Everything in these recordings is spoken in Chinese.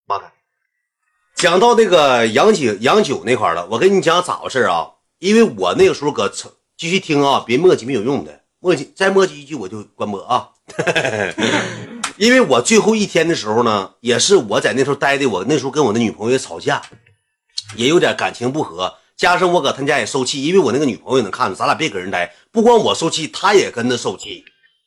妈看。讲到那个洋酒那块了，我跟你讲咋回事啊？因为我那个时候搁继续听啊，别墨迹没有用的，再墨迹一句我就关播啊。因为我最后一天的时候呢，也是我在那时候待的，我那时候跟我的女朋友也吵架，也有点感情不和，加上我搁他家也受气，因为我那个女朋友也能看着，咱俩别搁人待，不光我受气，他也跟着受气，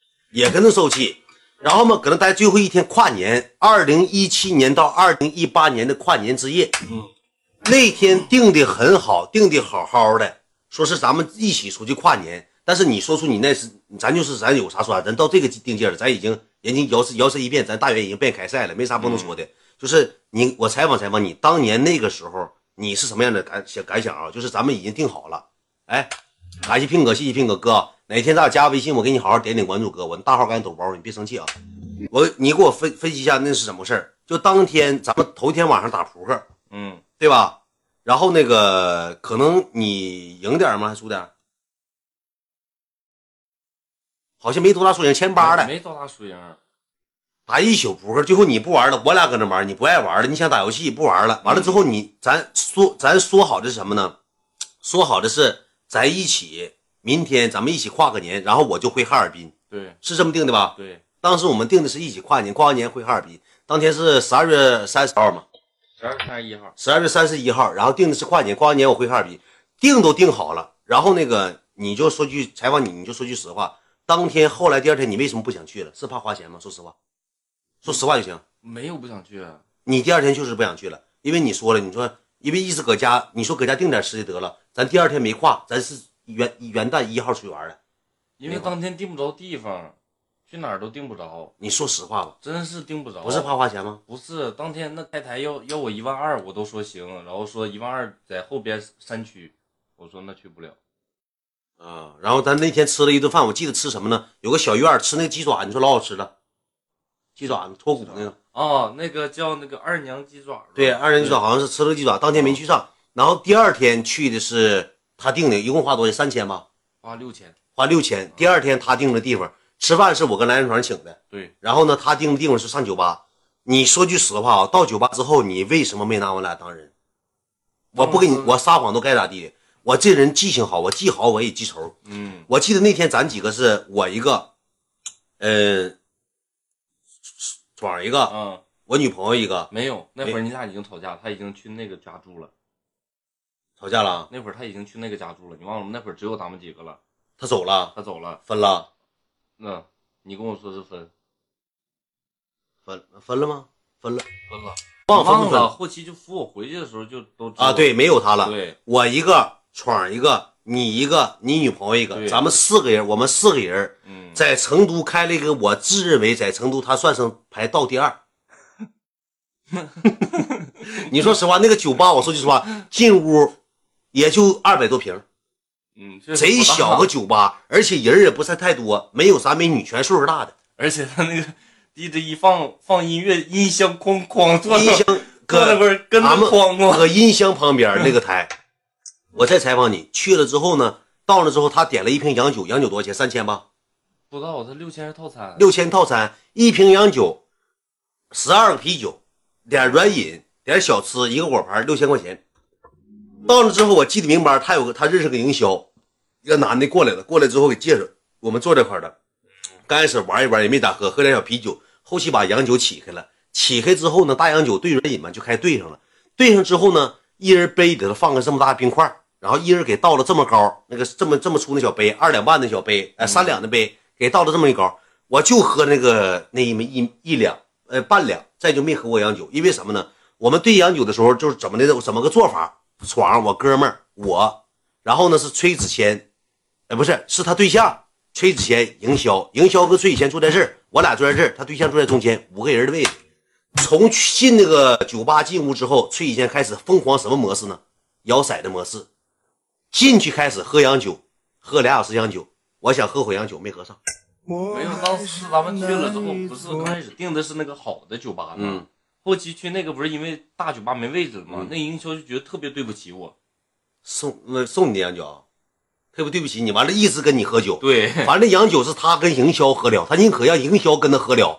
然后嘛，搁那待最后一天跨年，2017年到2018年的跨年之夜，那天定的很好，定的好好的，说是咱们一起出去跨年。但是你说出你那是，咱有啥说啥，咱到这个定界了，咱已经人家摇身一变，咱大元已经变凯撒了，没啥不能说的。就是我采访你，当年那个时候你是什么样的感想啊？就是咱们已经定好了，哎，感谢聘哥，谢谢聘哥，哪天咱俩加微信，我给你好好点关注哥，我大号赶紧抖包，你别生气啊。你给我分析一下那是怎么事儿？就当天咱们头一天晚上打扑克，对吧？然后那个可能你赢点吗？还输点？好像没多大输赢，1800的， 没多大输赢。 打一宿扑克，最后你不玩了，我俩搁那玩，你不爱玩了，你想打游戏不玩了，完了之后咱说好的是什么呢？说好的是咱一起明天咱们一起跨个年，然后我就回哈尔滨， 对， 是这么定的吧？ 对， 当时我们定的是一起跨年，跨完年回哈尔滨，当天是12月30号嘛，12月31号，然后定的是跨年，跨完年我回哈尔滨，定都定好了，然后那个你就说句采访你就说句实话。当天后来第二天你为什么不想去了？是怕花钱吗？说实话就行。 没有不想去啊。 你第二天就是不想去了，因为你说了，你说因为一直搁家，你说搁家订点吃的得了，咱第二天没跨，咱是元旦1号出去玩的。 因为当天订不着地方，去哪儿都订不着。 你说实话吧， 真是订不着。 不是怕花钱吗？ 不是，当天那开台要我12000，我都说行，然后说12000在后边山区，我说那去不了。 然后咱那天吃了一顿饭，我记得吃什么呢？有个小院吃那个鸡爪，你说老好吃了，鸡爪子脱骨那个那个叫那个二娘鸡爪。 对，二娘鸡爪好像是吃了个鸡爪，当天没去上。然后第二天去的是他订的，一共花多少钱？3000吧？花6000。第二天他订的地方吃饭是我跟蓝人团请的， 对。 然后呢，他订的地方是上酒吧。你说句实话啊，到酒吧之后，你为什么没拿我俩当人？我不给你，我撒谎都该咋地的。我这人记性好，我记好我也记仇。我记得那天咱几个是我一个，爽一个，我女朋友一个。 没有，那会儿你俩已经吵架，他已经去那个家住了。 吵架了？ 那会儿他已经去那个家住了，你忘了吗？那会儿只有咱们几个了。 他走了，分了。 你跟我说是分了吗？分了。 忘了，后期就扶我回去的时候就都知道对，没有他了。 对， 我一个，闯一个，你一个，你女朋友一个，咱们4个人，我们4个人，在成都开了一个，我自认为在成都他算是排到第2。你说实话，那个酒吧，我说句实话，进屋也就200多平，贼小个酒吧，而且人也不是太多，没有啥美女，全岁数大的， 而且他那个。DJ 一放音乐，音箱哐哐， 音箱搁那边跟着哐哐， 搁音箱旁边那个台。我再采访你，去了之后呢，到了之后他点了一瓶洋酒，洋酒多少钱？3000吧？ 不知道，他6000是套餐。 6000套餐，一瓶洋酒，12个啤酒，点软饮，点小吃，一个果盘，6000块钱。到了之后我记得明白，他认识个营销，一个男的过来了，过来之后给介绍，我们坐这块的。刚开始玩一玩也没咋喝，喝点小啤酒，后期把洋酒起开了，起开之后呢，大洋酒兑软饮嘛就开始兑上了，兑上之后呢，一人杯里头放个这么大冰块，然后一人给倒了这么高，那个这么粗的小杯，2两半的小杯，3两的杯，给倒了这么一高，我就喝那个那一两半两，再就没喝过洋酒，因为什么呢？我们兑洋酒的时候就是怎么个做法？闯我哥们儿我，然后呢是崔子谦，不是他对象。崔子谦营销跟崔子谦坐在这儿，我俩坐在这儿，他对象坐在中间，5个人的位置。从进那个酒吧进屋之后，崔子谦开始疯狂什么模式呢？摇骰的模式。进去开始喝洋酒，喝2小时洋酒，我想喝会洋酒没喝上。 没有，当时咱们去了之后，不是刚开始订的是那个好的酒吧吗？后期去那个不是因为大酒吧没位置了吗？那营销就觉得特别对不起我， 送你的洋酒。特别对不起你，完了一直跟你喝酒， 对， 反正洋酒是他跟营销喝了，他宁可让营销跟他喝了，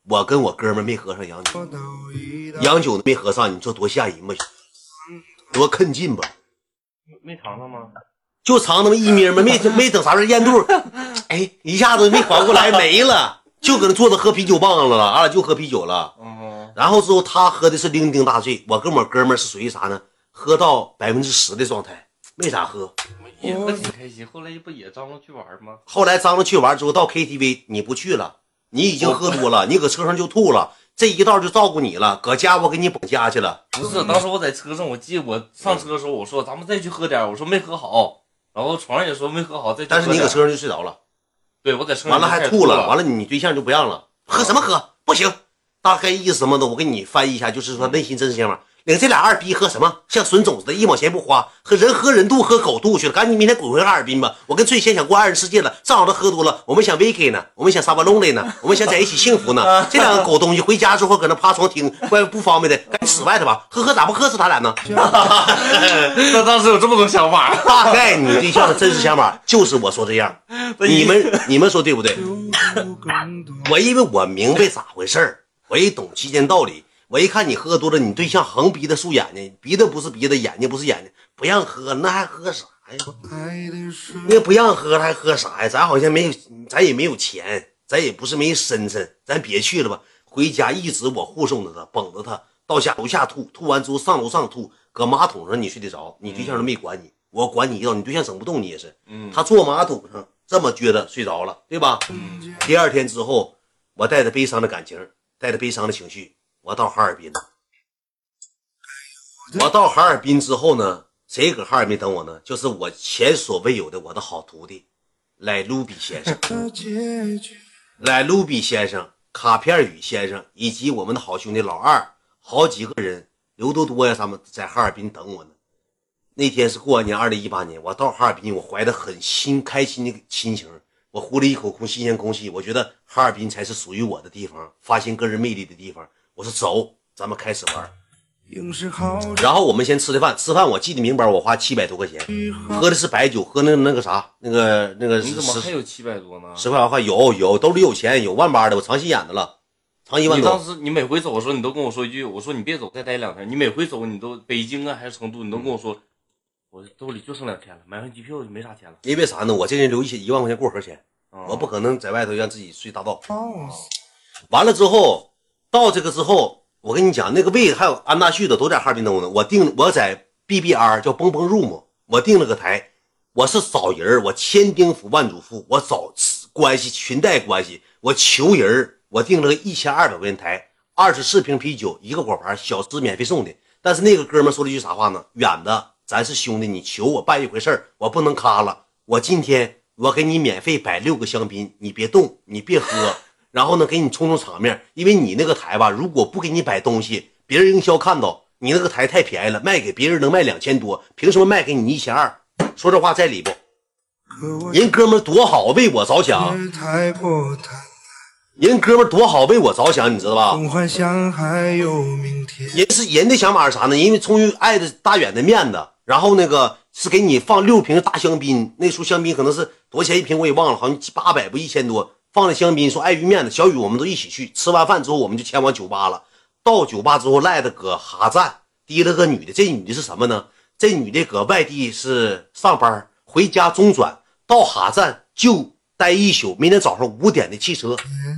我跟我哥们没喝上洋酒，洋酒没喝上，你说多吓人吧？多坑劲吧？ 没尝尝吗？ 就尝那么一咪嘛，没等啥事咽肚，哎，一下子没缓过来没了，就搁那坐着喝啤酒棒了，俺俩就喝啤酒了。然后之后他喝的是酩酊大醉，我跟我哥们是属于啥呢？喝到10%的状态，没咋喝。 也喝挺开心，后来不也张罗去玩吗？ 后来张罗去玩之后到 KTV 你不去了，你已经喝多了，你搁车上就吐了，这一道就照顾你了，搁家我给你绑家去了。 不是，当时我在车上，我记得我上车的时候我说咱们再去喝点，我说没喝好，然后床上也说没喝好，再去喝点。 但是你搁车上就睡着了。 对，我在车上完了还吐了，完了你对象就不让了，喝什么喝不行，大概意思什么的我给你翻译一下，就是说内心真实想法。领这俩二逼喝什么？像损种似的，1毛钱不花，喝人肚喝狗肚去了，赶紧明天滚回哈尔滨吧！我跟翠仙想过二人世界了，正好他喝多了，我们想 VK 呢，我们想沙巴龙雷呢，我们想在一起幸福呢。这两个狗东西回家之后搁那趴床听，怪不方便的，赶紧死外头吧！喝咋不喝死他俩呢？ 他当时有这么多想法， 大概你对象的真实想法就是我说这样，你们说对不对？我因为我明白咋回事儿，我也懂其间道理。我一看你喝多了，你对象横逼的竖眼睛，鼻子不是鼻子，眼睛不是眼睛，不让喝，那还喝啥呀？那不让喝还喝啥呀？咱好像没有，咱也没有钱，咱也不是没深沉，咱别去了吧。回家一直我护送着他，绷着他，到楼下吐，吐完之后上楼上吐，搁马桶上你睡得着，你对象都没管你，我管你一道，你对象整不动你也是。他坐马桶上这么撅着睡着了，对吧？第二天之后，我带着悲伤的感情，带着悲伤的情绪。我到哈尔滨了，我到哈尔滨之后呢，谁搁哈尔滨等我呢？就是我前所未有的我的好徒弟莱卢比先生，莱卢比先生、卡片宇先生以及我们的好兄弟老二，好几个人，刘多多呀，他们在哈尔滨等我呢。那天是过完年，2018年，我到哈尔滨，我怀着很开心的心情，我呼了一口新鲜空气，我觉得哈尔滨才是属于我的地方，发现个人魅力的地方。我说走，咱们开始玩。然后我们先吃的饭，吃饭我记得明白，我花700多块钱，喝的是白酒，喝那个啥，那个你怎么还有700多呢 ？10块有，兜里有钱，有万八的，我长心眼的了，长1万多。 你当时你每回走的时候，你都跟我说一句，我说你别走，再待2天。你每回走，你都北京啊还是成都，你都跟我说，我兜里就剩2天了，买完机票就没啥钱了。 因为啥呢？我这人留1万块钱过河钱，我不可能在外头让自己睡大道。完了之后。到这个之后，我跟你讲，那个位还有安大旭的都在哈尔滨等我呢。我在 BBR 叫蹦蹦 room， 我订了个台，我是找人，我千叮咛万嘱咐，我找关系裙带关系，我求人，我订了个1200块钱台，24瓶啤酒，1个果盘，小吃免费送的。但是那个哥们说了一句啥话呢？远的，咱是兄弟，你求我办一回事儿，我不能卡了。我今天我给你免费摆6个香槟，你别动，你别喝。然后呢，给你充场面，因为你那个台吧，如果不给你摆东西，别人营销看到你那个台太便宜了，卖给别人能卖2000多，凭什么卖给你1200？说这话在理不？人哥们多好，为我着想，人哥们多好，为我着想，你知道吧？人的想法是啥呢？因为出于爱的大远的面子，然后那个是给你放6瓶大香槟，那时候香槟可能是多少钱一瓶我也忘了，好像800不1000多。放了香槟，说碍于面子，小雨我们都一起去。吃完饭之后，我们就前往酒吧了。到酒吧之后，赖的搁哈站提了个女的，这女的是什么呢？这女的搁外地是上班，回家中转，到哈站就待一宿，明天早上5点的汽车。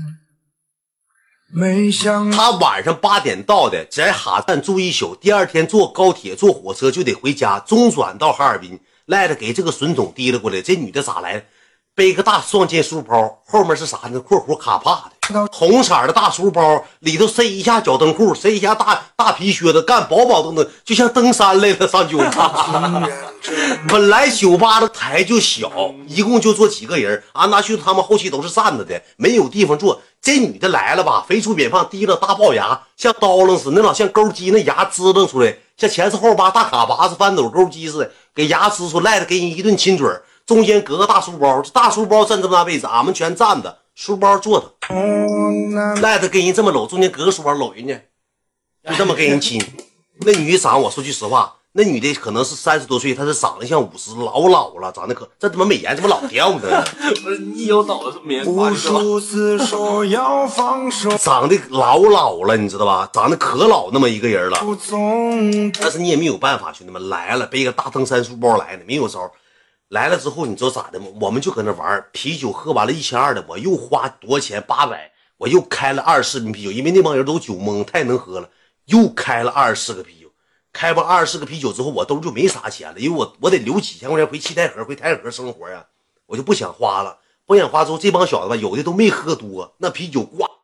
他晚上8点到的，在哈站住一宿，第二天坐高铁坐火车就得回家，中转到哈尔滨。赖的给这个孙总提了过来，这女的咋来？背个大双肩书包，后面是啥呢？括弧卡帕的红色的大书包，里头塞一下脚蹬裤，塞一下大皮靴子，干饱饱登登，就像登山来了上酒吧。本来酒吧的台就小，一共就坐几个人，安大旭他们后期都是站着的，没有地方坐。这女的来了吧，飞出远方，提了大龅牙，像刀楞似的，那老像钩鸡那牙支棱出来，像前四后八大卡巴子翻斗钩鸡似的，给牙支出来的，给人一顿亲嘴。中间隔个大书包，这大书包占这么大位置，俺们全站着，书包坐着，赖着跟人这么搂，中间隔个书包搂人家，就这么跟人亲。那女的长，我说句实话， 那女的可能是30多岁，她是长得像50，老了，长得可这他妈美颜怎么老掉呢？ 不是你有脑子棉花是吧？ 长得老了，你知道吧？长得可老那么一个人了。但是你也没有办法，兄弟们来了，背个大登山书包来的，没有招。来了之后，你知道咋的吗？我们就搁那玩，啤酒喝完了1200的，我又花多少钱800，我又开了24瓶啤酒，因为那帮人都酒蒙，太能喝了，又开了24个啤酒。开完24个啤酒之后，我兜就没啥钱了，因为我得留几千块钱回七台河，回台河生活啊，我就不想花了，不想花之后，这帮小子吧，有的都没喝多，那啤酒挂